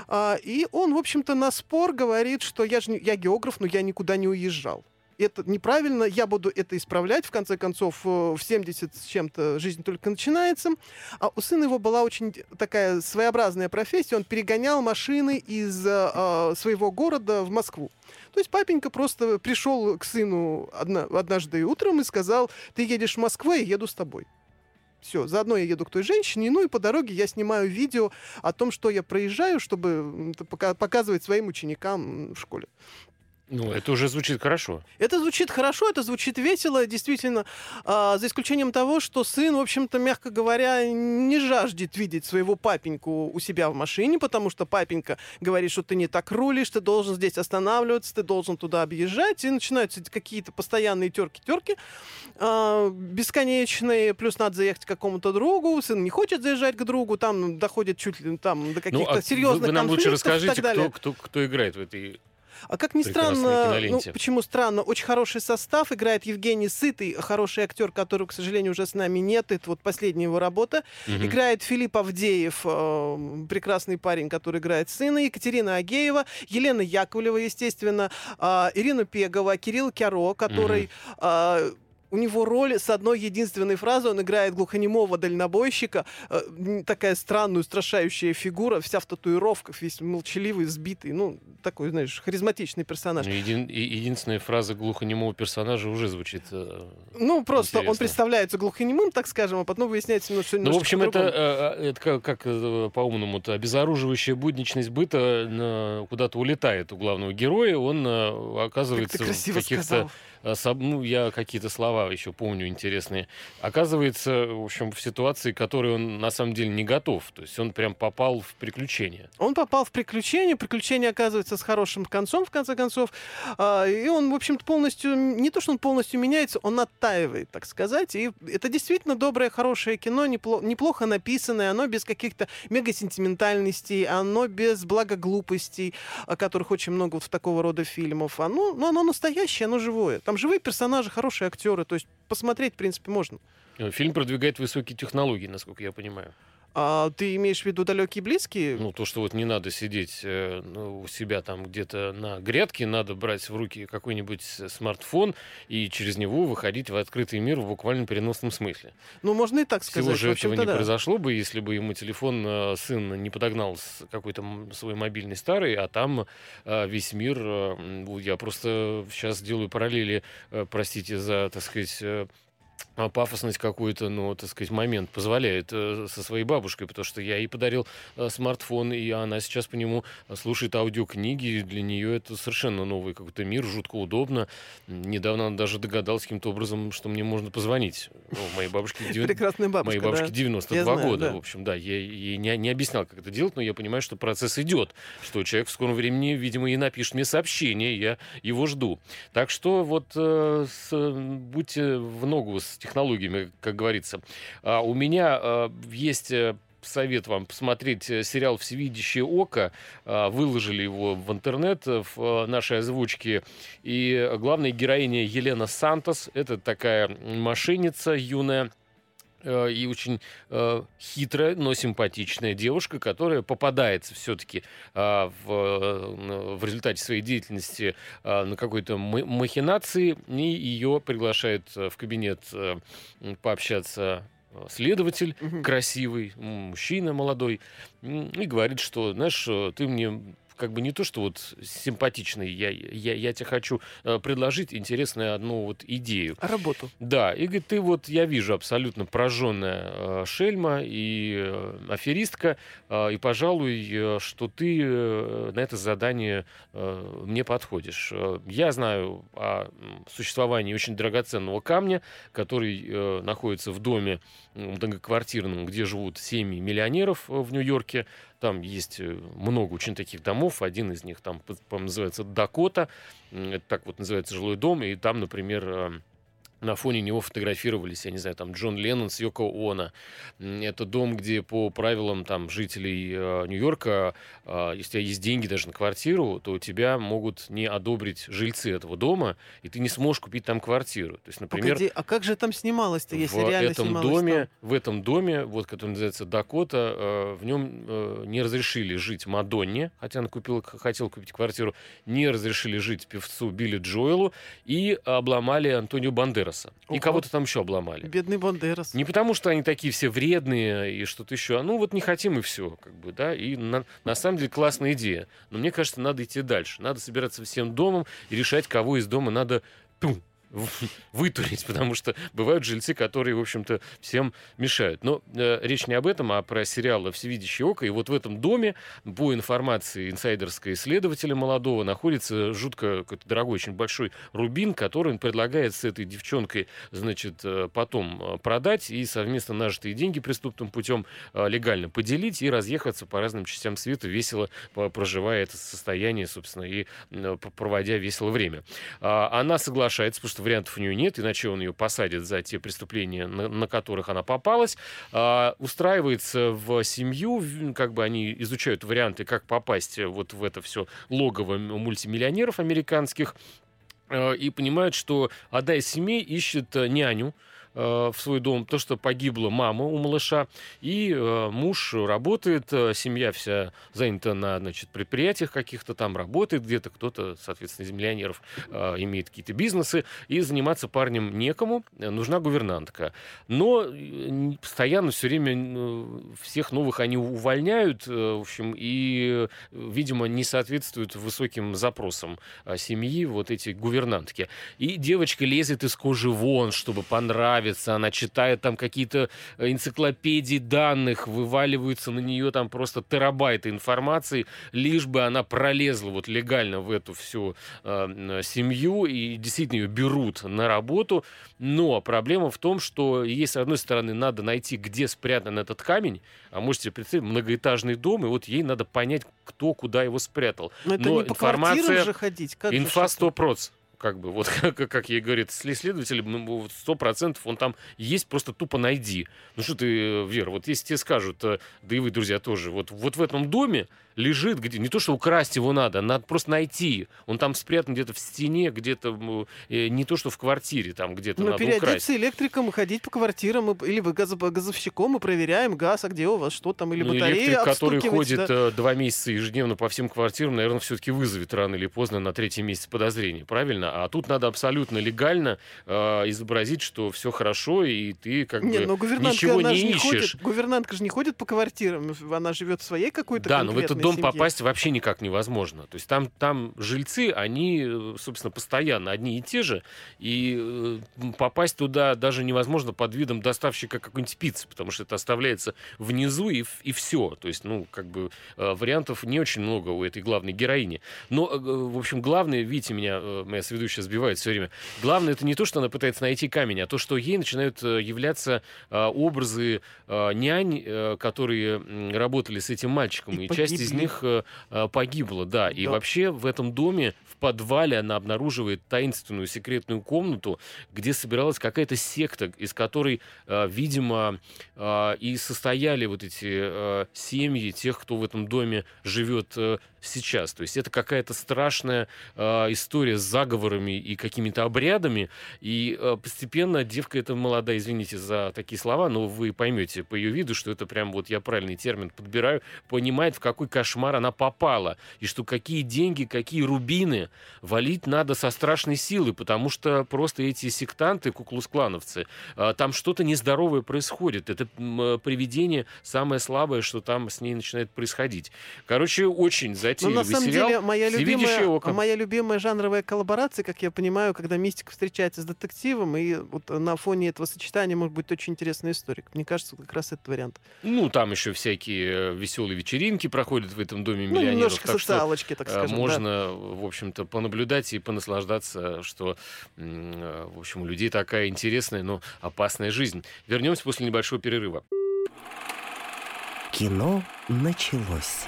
S3: И он, в общем-то, на спор говорит, что я географ, но я никуда не уезжал. Это неправильно, я буду это исправлять. В конце концов, в 70 с чем-то жизнь только начинается. А у сына его была очень такая своеобразная профессия. Он перегонял машины из своего города в Москву. То есть папенька просто пришел к сыну однажды утром и сказал: ты едешь в Москву, я еду с тобой. Все, заодно я еду к той женщине, ну и по дороге я снимаю видео о том, что я проезжаю, чтобы показывать своим ученикам в школе.
S2: Ну, это уже звучит хорошо.
S3: Это звучит хорошо, это звучит весело, действительно, за исключением того, что сын, в общем-то, мягко говоря, не жаждет видеть своего папеньку у себя в машине, потому что папенька говорит, что ты не так рулишь, ты должен здесь останавливаться, ты должен туда объезжать, и начинаются какие-то постоянные терки бесконечные, плюс надо заехать к какому-то другу, сын не хочет заезжать к другу, там доходит чуть ли там до каких-то серьезных
S2: вы нам лучше
S3: конфликтов и так
S2: расскажите,
S3: далее.
S2: кто играет в этой...
S3: А как ни
S2: Прекрасной
S3: странно,
S2: киноленте.
S3: почему странно, очень хороший состав, играет Евгений Сытый, хороший актер, которого, к сожалению, уже с нами нет, это вот последняя его работа. Играет Филипп Авдеев, прекрасный парень, который играет сына, Екатерина Агеева, Елена Яковлева, естественно, Ирина Пегова, Кирилл Кяро, который... У него роль с одной единственной фразой. Он играет глухонемого дальнобойщика. Такая странная, устрашающая фигура. Вся в татуировках, весь молчаливый, сбитый. Ну, такой, знаешь, харизматичный персонаж.
S2: Единственная фраза глухонемого персонажа уже звучит
S3: Ну, просто
S2: интересно.
S3: он представляется глухонемым, так скажем, а потом выясняется, что
S2: Ну, в общем,
S3: по-другому.
S2: это как по-умному-то, обезоруживающая будничность быта куда-то улетает у главного героя. Он оказывается
S3: Как ты красиво
S2: в каких-то...
S3: сказал.
S2: Ну, я какие-то слова еще помню интересные. Оказывается, в общем, в ситуации, к которой он на самом деле не готов. То есть он прям попал в приключения.
S3: Он попал в приключение оказывается с хорошим концом, в конце концов, и он, в общем-то, полностью, не то, что он полностью меняется, он оттаивает, так сказать, и это действительно доброе, хорошее кино, неплохо написанное, оно без каких-то мегасентиментальностей, оно без благоглупостей, которых очень много вот в такого рода фильмов, оно настоящее, оно живое. Там живые персонажи, хорошие актеры, то есть посмотреть, в принципе, можно.
S2: Фильм продвигает высокие технологии, насколько я понимаю.
S3: Ты имеешь в виду далекие и близкие?
S2: Ну, то, что вот не надо сидеть у себя там где-то на грядке, надо брать в руки какой-нибудь смартфон и через него выходить в открытый мир в буквально переносном смысле.
S3: Ну, можно и так сказать.
S2: Всего же этого не
S3: да.
S2: произошло бы, если бы ему телефон сын не подогнал какой-то свой мобильный старый, а там весь мир... Я просто сейчас делаю параллели, простите за, так сказать... пафосность какой-то, ну, так сказать, момент позволяет со своей бабушкой, потому что я ей подарил смартфон, и она сейчас по нему слушает аудиокниги. Для нее это совершенно новый какой-то мир, жутко удобно. Недавно она даже догадалась каким-то образом, что мне можно позвонить. Ну, моей бабушке
S3: Прекрасная бабушка,
S2: моей бабушке 92
S3: знаю,
S2: года.
S3: да.
S2: В общем, да, я ей не объяснял, как это делать, но я понимаю, что процесс идет, что человек в скором времени, видимо, и напишет мне сообщение, я его жду. Так что вот будьте в ногу с технологиями, как говорится. У меня есть совет вам посмотреть сериал «Всевидящее око». Выложили его в интернет в нашей озвучке. И главная героиня Елена Сантос. Это такая мошенница юная и очень хитрая, но симпатичная девушка, которая попадается все-таки в результате своей деятельности на какой-то махинации, и ее приглашает в кабинет пообщаться следователь, красивый, мужчина молодой, и говорит, что, знаешь, ты мне... как бы не то, что вот симпатичный, я тебе хочу предложить интересную одну вот идею.
S3: Работу.
S2: Да, и говорит, ты вот, я вижу, абсолютно прожженная шельма и аферистка, и, пожалуй, что ты на это задание мне подходишь. Я знаю о существовании очень драгоценного камня, который находится в доме многоквартирном, где живут семьи миллионеров в Нью-Йорке. Там есть много очень таких домов. Один из них там, по-моему, называется Дакота. Это так вот называется жилой дом. И там, например, на фоне него фотографировались, я не знаю, там Джон Леннон с Йоко Оно. Это дом, где по правилам там жителей Нью-Йорка, если у тебя есть деньги даже на квартиру, то тебя могут не одобрить жильцы этого дома, и ты не сможешь купить там квартиру. То есть, например,
S3: погоди, а как же там снималось-то, если реально
S2: в этом доме, вот, который называется Дакота, в нем не разрешили жить Мадонне, хотя она хотела купить квартиру, не разрешили жить певцу Билли Джоэлу и обломали Антонио Бандераса. И кого-то там еще обломали.
S3: Бедный Бандерас.
S2: Не потому, что они такие все вредные и что-то еще. Ну, вот не хотим, и все. Как бы, да? И на самом деле классная идея. Но мне кажется, надо идти дальше. Надо собираться всем домом и решать, кого из дома надо вытурить, потому что бывают жильцы, которые, в общем-то, всем мешают. Но речь не об этом, а про сериал «Всевидящее око». И вот в этом доме, по информации инсайдерской исследователя молодого, находится жутко какой-то дорогой, очень большой рубин, который он предлагает с этой девчонкой, значит, потом продать и совместно нажитые деньги преступным путем легально поделить и разъехаться по разным частям света, весело проживая это состояние, собственно, и проводя весело время. Она соглашается, потому что вариантов у нее нет, иначе он ее посадит за те преступления, на которых она попалась. Устраивается в семью, как бы они изучают варианты, как попасть вот в это все логово мультимиллионеров американских, и понимают, что одна из семей ищет няню в свой дом, то, что погибла мама у малыша, и муж работает, семья вся занята на, значит, предприятиях каких-то там, работает где-то, кто-то, соответственно, из миллионеров имеет какие-то бизнесы, и заниматься парнем некому, нужна гувернантка. Но постоянно все время всех новых они увольняют, в общем, и, видимо, не соответствуют высоким запросам семьи вот эти гувернантки. И девочка лезет из кожи вон, чтобы понравиться. Она читает там какие-то энциклопедии данных, вываливаются на нее там просто терабайты информации, лишь бы она пролезла вот легально в эту всю семью, и действительно ее берут на работу. Но проблема в том, что ей, с одной стороны, надо найти, где спрятан этот камень, а можете представить, многоэтажный дом, и вот ей надо понять, кто куда его спрятал.
S3: Но это не по квартирам же ходить. Как
S2: инфа 100%. как бы, вот как ей говорит следователь, 100% он там есть, просто тупо найди. Ну что ты, Вера, вот если тебе скажут, да и вы, друзья, тоже, вот в этом доме лежит, где не то, что украсть его надо просто найти. Он там спрятан где-то в стене, где-то не то, что в квартире, там где-то надо украсть.
S3: Переодеться электриком и ходить по квартирам, или газовщиком, и проверяем газ, а где у вас что там, или батареи
S2: электрик, который
S3: обстукивать,
S2: ходит 2 месяца ежедневно по всем квартирам, наверное, все-таки вызовет рано или поздно на 3-й месяц подозрение, правильно? А тут надо абсолютно легально изобразить, что все хорошо, и ты как бы ничего не ищешь.
S3: Гувернантка же не ходит по квартирам, она живет в своей какой-то конкретной
S2: но в этот дом
S3: семье.
S2: попасть вообще никак невозможно. То есть там жильцы, они, собственно, постоянно одни и те же, и попасть туда даже невозможно под видом доставщика какой-нибудь пиццы, потому что это оставляется внизу, и все. То есть, вариантов не очень много у этой главной героини. Но, в общем, главное, видите, моя соведущая сбивает все время, главное, это не то, что она пытается найти камень, а то, что ей начинают являться образы нянь, которые работали с этим мальчиком, и часть из них погибла, да. И вообще в этом доме, в подвале, она обнаруживает таинственную секретную комнату, где собиралась какая-то секта, из которой, видимо, и состояли вот эти семьи тех, кто в этом доме живет сейчас. То есть это какая-то страшная история с заговорами и какими-то обрядами, и постепенно девка эта молодая, извините за такие слова, но вы поймете по ее виду, что это прям вот я правильный термин подбираю, понимает, в какой кошмар она попала, и что какие деньги, какие рубины валить надо со страшной силой, потому что просто эти сектанты, куклус-клановцы, там что-то нездоровое происходит. Это привидение самое слабое, что там с ней начинает происходить. Короче, очень затейливый
S3: сериал.
S2: Деле,
S3: моя любимая жанровая коллаборация, как я понимаю, когда мистика встречается с детективом, и вот на фоне этого сочетания может быть очень интересная история. Мне кажется, как раз этот вариант.
S2: Там еще всякие веселые вечеринки проходят в этом доме миллионеров.
S3: Немножко социалочки, так скажем.
S2: Можно, в общем-то, понаблюдать и понаслаждаться, что, в общем, у людей такая интересная, но опасная жизнь. Вернемся после небольшого перерыва.
S1: Кино началось.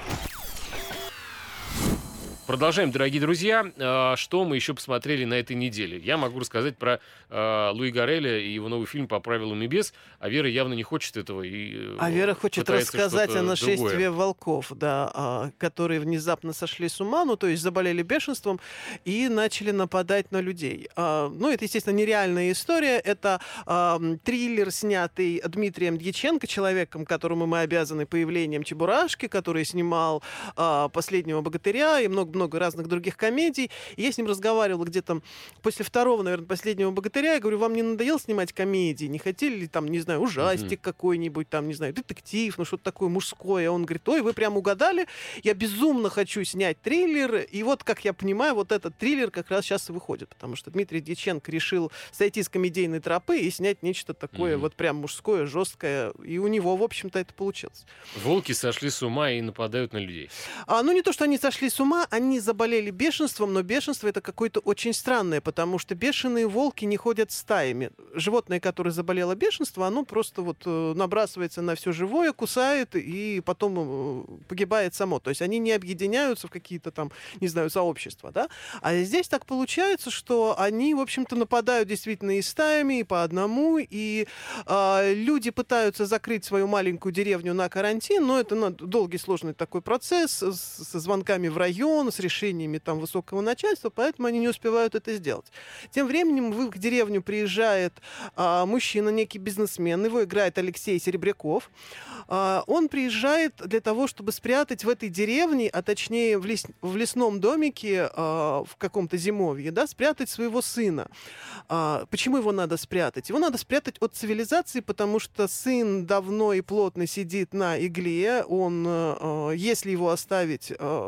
S2: Продолжаем, дорогие друзья. Что мы еще посмотрели на этой неделе? Я могу рассказать про Луи Гарреля и его новый фильм «По правилам и без», а Вера явно не хочет этого.
S3: А Вера хочет рассказать о нашествии волков, да, которые внезапно сошли с ума, то есть заболели бешенством и начали нападать на людей. Это, естественно, нереальная история. Это триллер, снятый Дмитрием Дьяченко, человеком, которому мы обязаны появлением Чебурашки, который снимал «Последнего богатыря» и много разных других комедий. И я с ним разговаривала где-то после второго, наверное, «Последнего богатыря». Я говорю, вам не надоело снимать комедии? Не хотели ли там, не знаю, ужастик какой-нибудь, там, не знаю, детектив, что-то такое мужское? А он говорит, ой, вы прям угадали, я безумно хочу снять триллер. И вот, как я понимаю, вот этот триллер как раз сейчас и выходит, потому что Дмитрий Дьяченко решил сойти с комедийной тропы и снять нечто такое вот прям мужское, жесткое. И у него, в общем-то, это получилось.
S2: Волки сошли с ума и нападают на людей.
S3: Не то, что они сошли с ума, они заболели бешенством, но бешенство это какое-то очень странное, потому что бешеные волки не ходят стаями. Животное, которое заболело бешенством, оно просто набрасывается на все живое, кусает и потом погибает само. То есть они не объединяются в какие-то там, не знаю, сообщества, да? А здесь так получается, что они, в общем-то, нападают действительно и стаями, и по одному, и люди пытаются закрыть свою маленькую деревню на карантин, но это долгий, сложный такой процесс со звонками в район, с решениями там высокого начальства, поэтому они не успевают это сделать. Тем временем в их деревню приезжает мужчина, некий бизнесмен, его играет Алексей Серебряков. Он приезжает для того, чтобы спрятать в этой деревне, а точнее в лесном домике в каком-то зимовье, да, спрятать своего сына. Почему его надо спрятать? Его надо спрятать от цивилизации, потому что сын давно и плотно сидит на игле. Он, если его оставить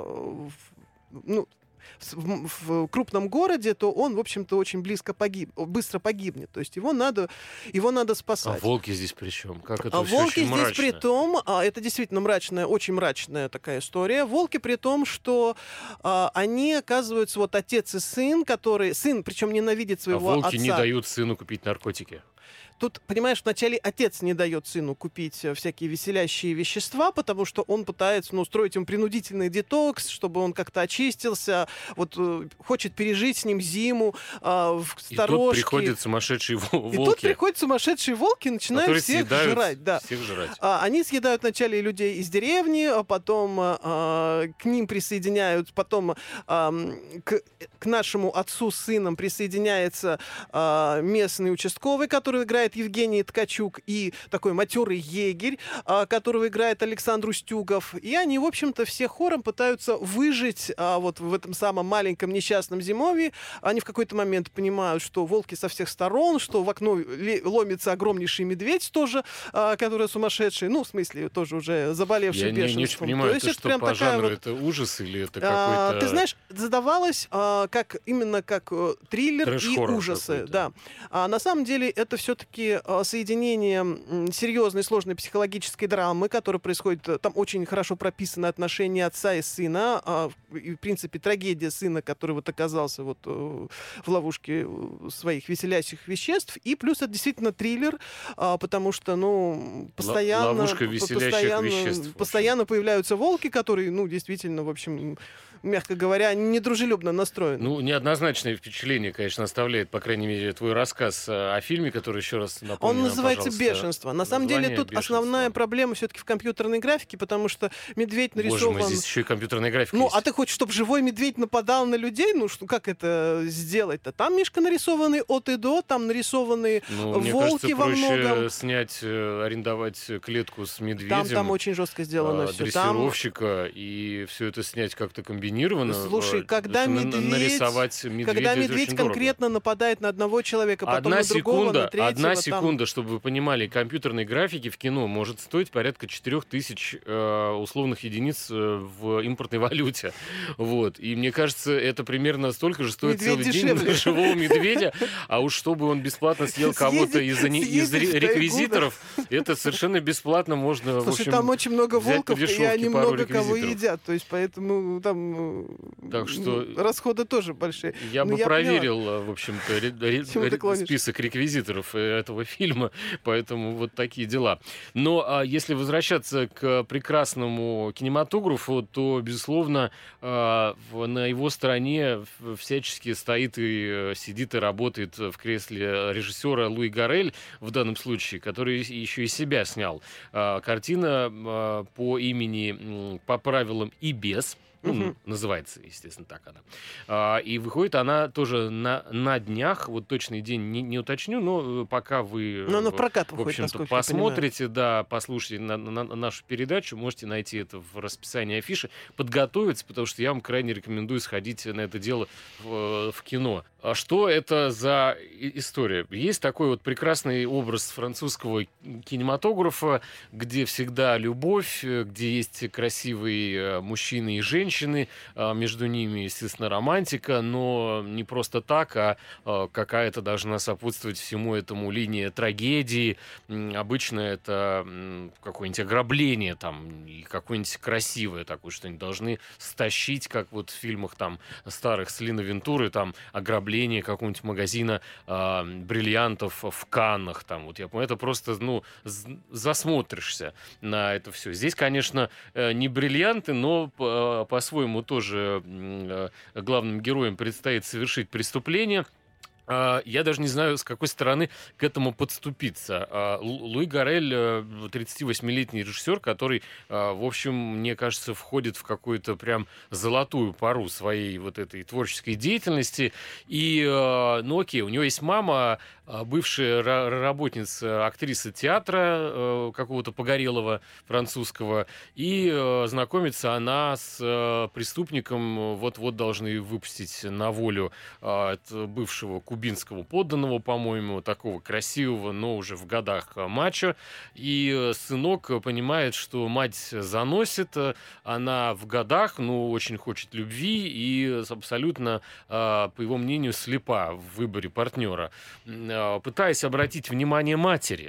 S3: в крупном городе, то он, в общем-то, очень быстро погибнет. То есть его надо спасать.
S2: А волки здесь при чем? Как это все
S3: волки
S2: очень
S3: здесь
S2: мрачно.
S3: при том, это действительно мрачная, очень мрачная такая история. Волки при том, что они оказываются отец и сын, сын, причем ненавидит своего отца.
S2: Волки не дают сыну купить наркотики.
S3: Тут, понимаешь, вначале отец не дает сыну купить всякие веселящие вещества, потому что он пытается, устроить ему принудительный детокс, чтобы он как-то очистился, хочет пережить с ним зиму в сторожке.
S2: И тут приходят сумасшедшие волки.
S3: И тут приходят сумасшедшие волки и начинают всех жрать. Да.
S2: Всех жрать.
S3: Они съедают вначале людей из деревни, а потом к ним присоединяют, потом к нашему отцу с сыном присоединяется местный участковый, который играет Евгений Ткачук, и такой матерый егерь, которого играет Александр Устюгов. И они, в общем-то, все хором пытаются выжить в этом самом маленьком несчастном зимовье. Они в какой-то момент понимают, что волки со всех сторон, что в окно ломится огромнейший медведь тоже, который сумасшедший, в смысле, тоже уже заболевший бешенством.
S2: Я не очень понимаю, это что по жанру, это ужас или это какой-то...
S3: Ты знаешь, задавалось именно как триллер и ужасы. Да. А на самом деле это все-таки соединение серьезной, сложной психологической драмы, которая происходит... Там очень хорошо прописаны отношения отца и сына. И, в принципе, трагедия сына, который оказался в ловушке своих веселящих веществ. И плюс это действительно триллер, потому что, постоянно появляются волки, которые, действительно, в общем, мягко говоря, недружелюбно настроены.
S2: Неоднозначное впечатление, конечно, оставляет, по крайней мере, твой рассказ о фильме, который, еще раз напомню,
S3: он называется «Бешенство». На самом деле тут основная проблема все-таки в компьютерной графике, потому что медведь нарисован...
S2: Боже мой, здесь еще и компьютерная графика есть.
S3: А ты хочешь, чтобы живой медведь нападал на людей? Как это сделать-то? Там, Мишка, нарисованы от и до, там нарисованы волки во многом.
S2: Мне кажется, проще снять, арендовать клетку с медведем.
S3: Там очень жестко сделано все.
S2: Дрессировщика, и все это снять как-то комбинированно.
S3: Слушай, когда медведь конкретно нападает на одного человека, потом на другого, на третьего...
S2: Одна секунда, чтобы вы понимали, компьютерной графики в кино может стоить порядка 4000 условных единиц в импортной валюте. И мне кажется, это примерно столько же стоит целый день живого медведя. А уж чтобы он бесплатно съел кого-то из реквизиторов, это совершенно бесплатно можно.
S3: Слушай, там очень много волков, и они много кого едят. То есть поэтому там расходы тоже большие.
S2: Я бы проверил, в общем-то, список реквизиторов этого фильма, поэтому вот такие дела. Но если возвращаться к прекрасному кинематографу, то, безусловно, на его стороне всячески стоит и сидит и работает в кресле режиссера Луи Гаррель, в данном случае, который еще и себя снял. Картина по имени «По правилам и без». Называется, естественно, так она. И выходит она тоже на днях, точный день не уточню, но пока вы,
S3: в прокат выходит,
S2: в общем-то, посмотрите, послушайте нашу передачу, можете найти это в расписании афиши, подготовиться, потому что я вам крайне рекомендую сходить на это дело в кино. А что это за история? Есть такой прекрасный образ французского кинематографа, где всегда любовь, где есть красивые мужчины и женщины, между ними, естественно, романтика, но не просто так, а какая-то должна сопутствовать всему этому линия трагедии. Обычно это какое-нибудь ограбление и какое-нибудь красивое такое, что они должны стащить, как в фильмах старых с Лино Вентуры, ограбление какого-нибудь магазина бриллиантов в Каннах. Я помню, это просто, засмотришься на это все. Здесь, конечно, не бриллианты, но по-своему тоже главным героям предстоит совершить преступление. Я даже не знаю, с какой стороны к этому подступиться. Луи Гаррель 38-летний режиссер, который, в общем, мне кажется, входит в какую-то прям золотую пору своей этой творческой деятельности. И, окей, у него есть мама, бывшая работница, актриса театра какого-то погорелого французского, и знакомится она с преступником, вот-вот должны выпустить на волю бывшего кубинского подданного, по-моему, такого красивого, но уже в годах мачо. И сынок понимает, что мать заносит, она в годах, очень хочет любви и абсолютно, по его мнению, слепа в выборе партнера. пытаясь обратить внимание матери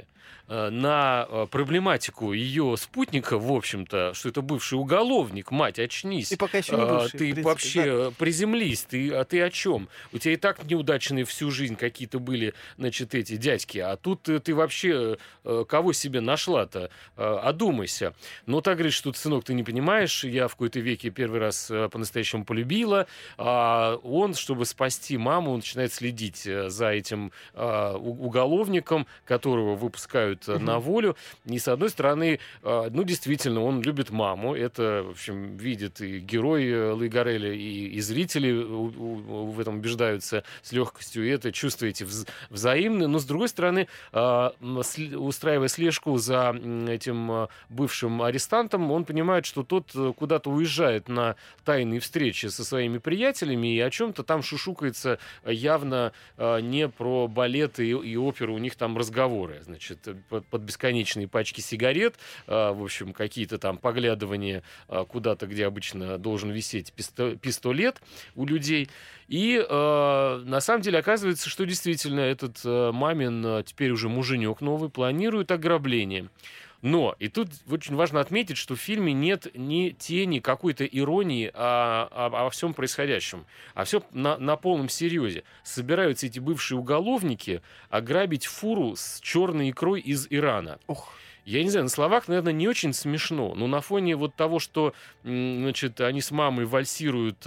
S2: на проблематику ее спутника, в общем-то, что это бывший уголовник, мать, очнись.
S3: И пока еще не бывший,
S2: ты
S3: в принципе,
S2: вообще приземлись, ты о чем? У тебя и так неудачные всю жизнь какие-то были, значит, эти дядьки, а тут ты вообще кого себе нашла-то? Одумайся. Но так говорит, что, сынок, ты не понимаешь, я в какой-то веке первый раз по-настоящему полюбила, а он, чтобы спасти маму, он начинает следить за этим уголовником, которого выпускают на волю. И, с одной стороны, ну, действительно, он любит маму. Это, в общем, видит и герой Луи Гарреля, и зрители в этом убеждаются с легкостью. И это чувствуете взаимно. Но, с другой стороны, устраивая слежку за этим бывшим арестантом, он понимает, что тот куда-то уезжает на тайные встречи со своими приятелями и о чем-то там шушукается, явно не про балет и оперу. У них там разговоры, значит, под бесконечные пачки сигарет, в общем, какие-то там поглядывания куда-то, где обычно должен висеть пистолет у людей. И на самом деле оказывается, что действительно этот мамин теперь уже муженек новый планирует ограбление. Но, и тут очень важно отметить, что в фильме нет ни тени какой-то иронии о всем происходящем. А все на полном серьезе. Собираются эти бывшие уголовники ограбить фуру с черной икрой из Ирана.
S3: Ох.
S2: Я не знаю, на словах, наверное, не очень смешно, но на фоне вот того, что, значит, они с мамой вальсируют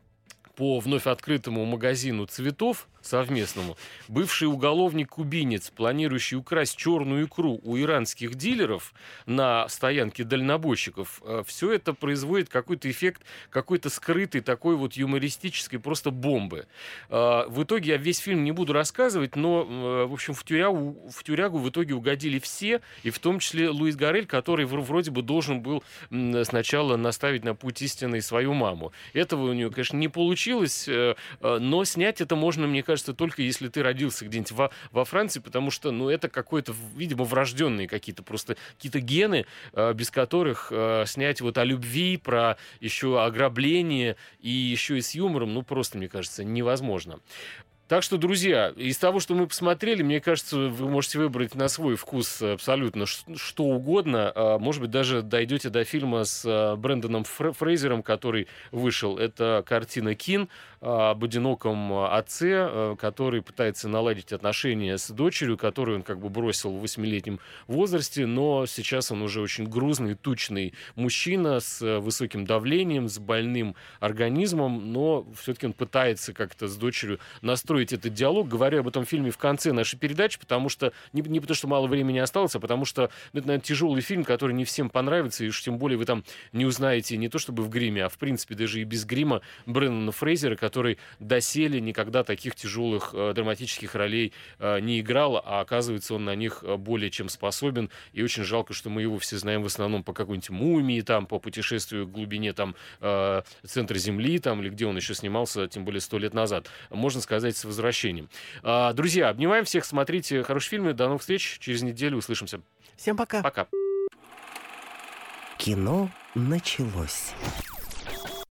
S2: по вновь открытому магазину цветов совместному, бывший уголовник-кубинец, планирующий украсть черную икру у иранских дилеров на стоянке дальнобойщиков, все это производит какой-то эффект, какой-то скрытый такой вот юмористической просто бомбы. В итоге я весь фильм не буду рассказывать, но, в общем, в тюрягу в итоге угодили все, и в том числе Луис Гаррель, который вроде бы должен был сначала наставить на путь истинный свою маму. Этого у него, конечно, не получилось, но снять это можно, мне кажется, только если ты родился где-нибудь во Франции, потому что, ну, это какое-то, видимо, врожденные какие-то просто какие-то гены, без которых снять вот о любви, про еще ограбление и еще и с юмором, ну, просто, мне кажется, невозможно. Так что, друзья, из того, что мы посмотрели, мне кажется, вы можете выбрать на свой вкус абсолютно что угодно. Может быть, даже дойдете до фильма с Брэндоном Фрейзером, который вышел. Это картина «Кин» об одиноком отце, который пытается наладить отношения с дочерью, которую он как бы бросил в 8-летнем возрасте, но сейчас он уже очень грузный, тучный мужчина с высоким давлением, с больным организмом, но все-таки он пытается как-то с дочерью настроить этот диалог. Говорю об этом фильме в конце нашей передачи, потому что не потому, что мало времени осталось, а потому что это, наверное, тяжелый фильм, который не всем понравится, и уж тем более вы там не узнаете не то чтобы в гриме, а в принципе даже и без грима Брэндона Фрейзера, который доселе никогда таких тяжелых драматических ролей не играл, а оказывается он на них более чем способен, и очень жалко, что мы его все знаем в основном по какой-нибудь «Мумии», там, по «Путешествию к глубине», там, «Центра Земли», там, или где он еще снимался, тем более 100 лет назад. Можно сказать, с возвращением. Друзья, обнимаем всех, смотрите хорошие фильмы, до новых встреч, через неделю услышимся.
S3: Всем пока.
S2: Пока.
S1: Кино началось.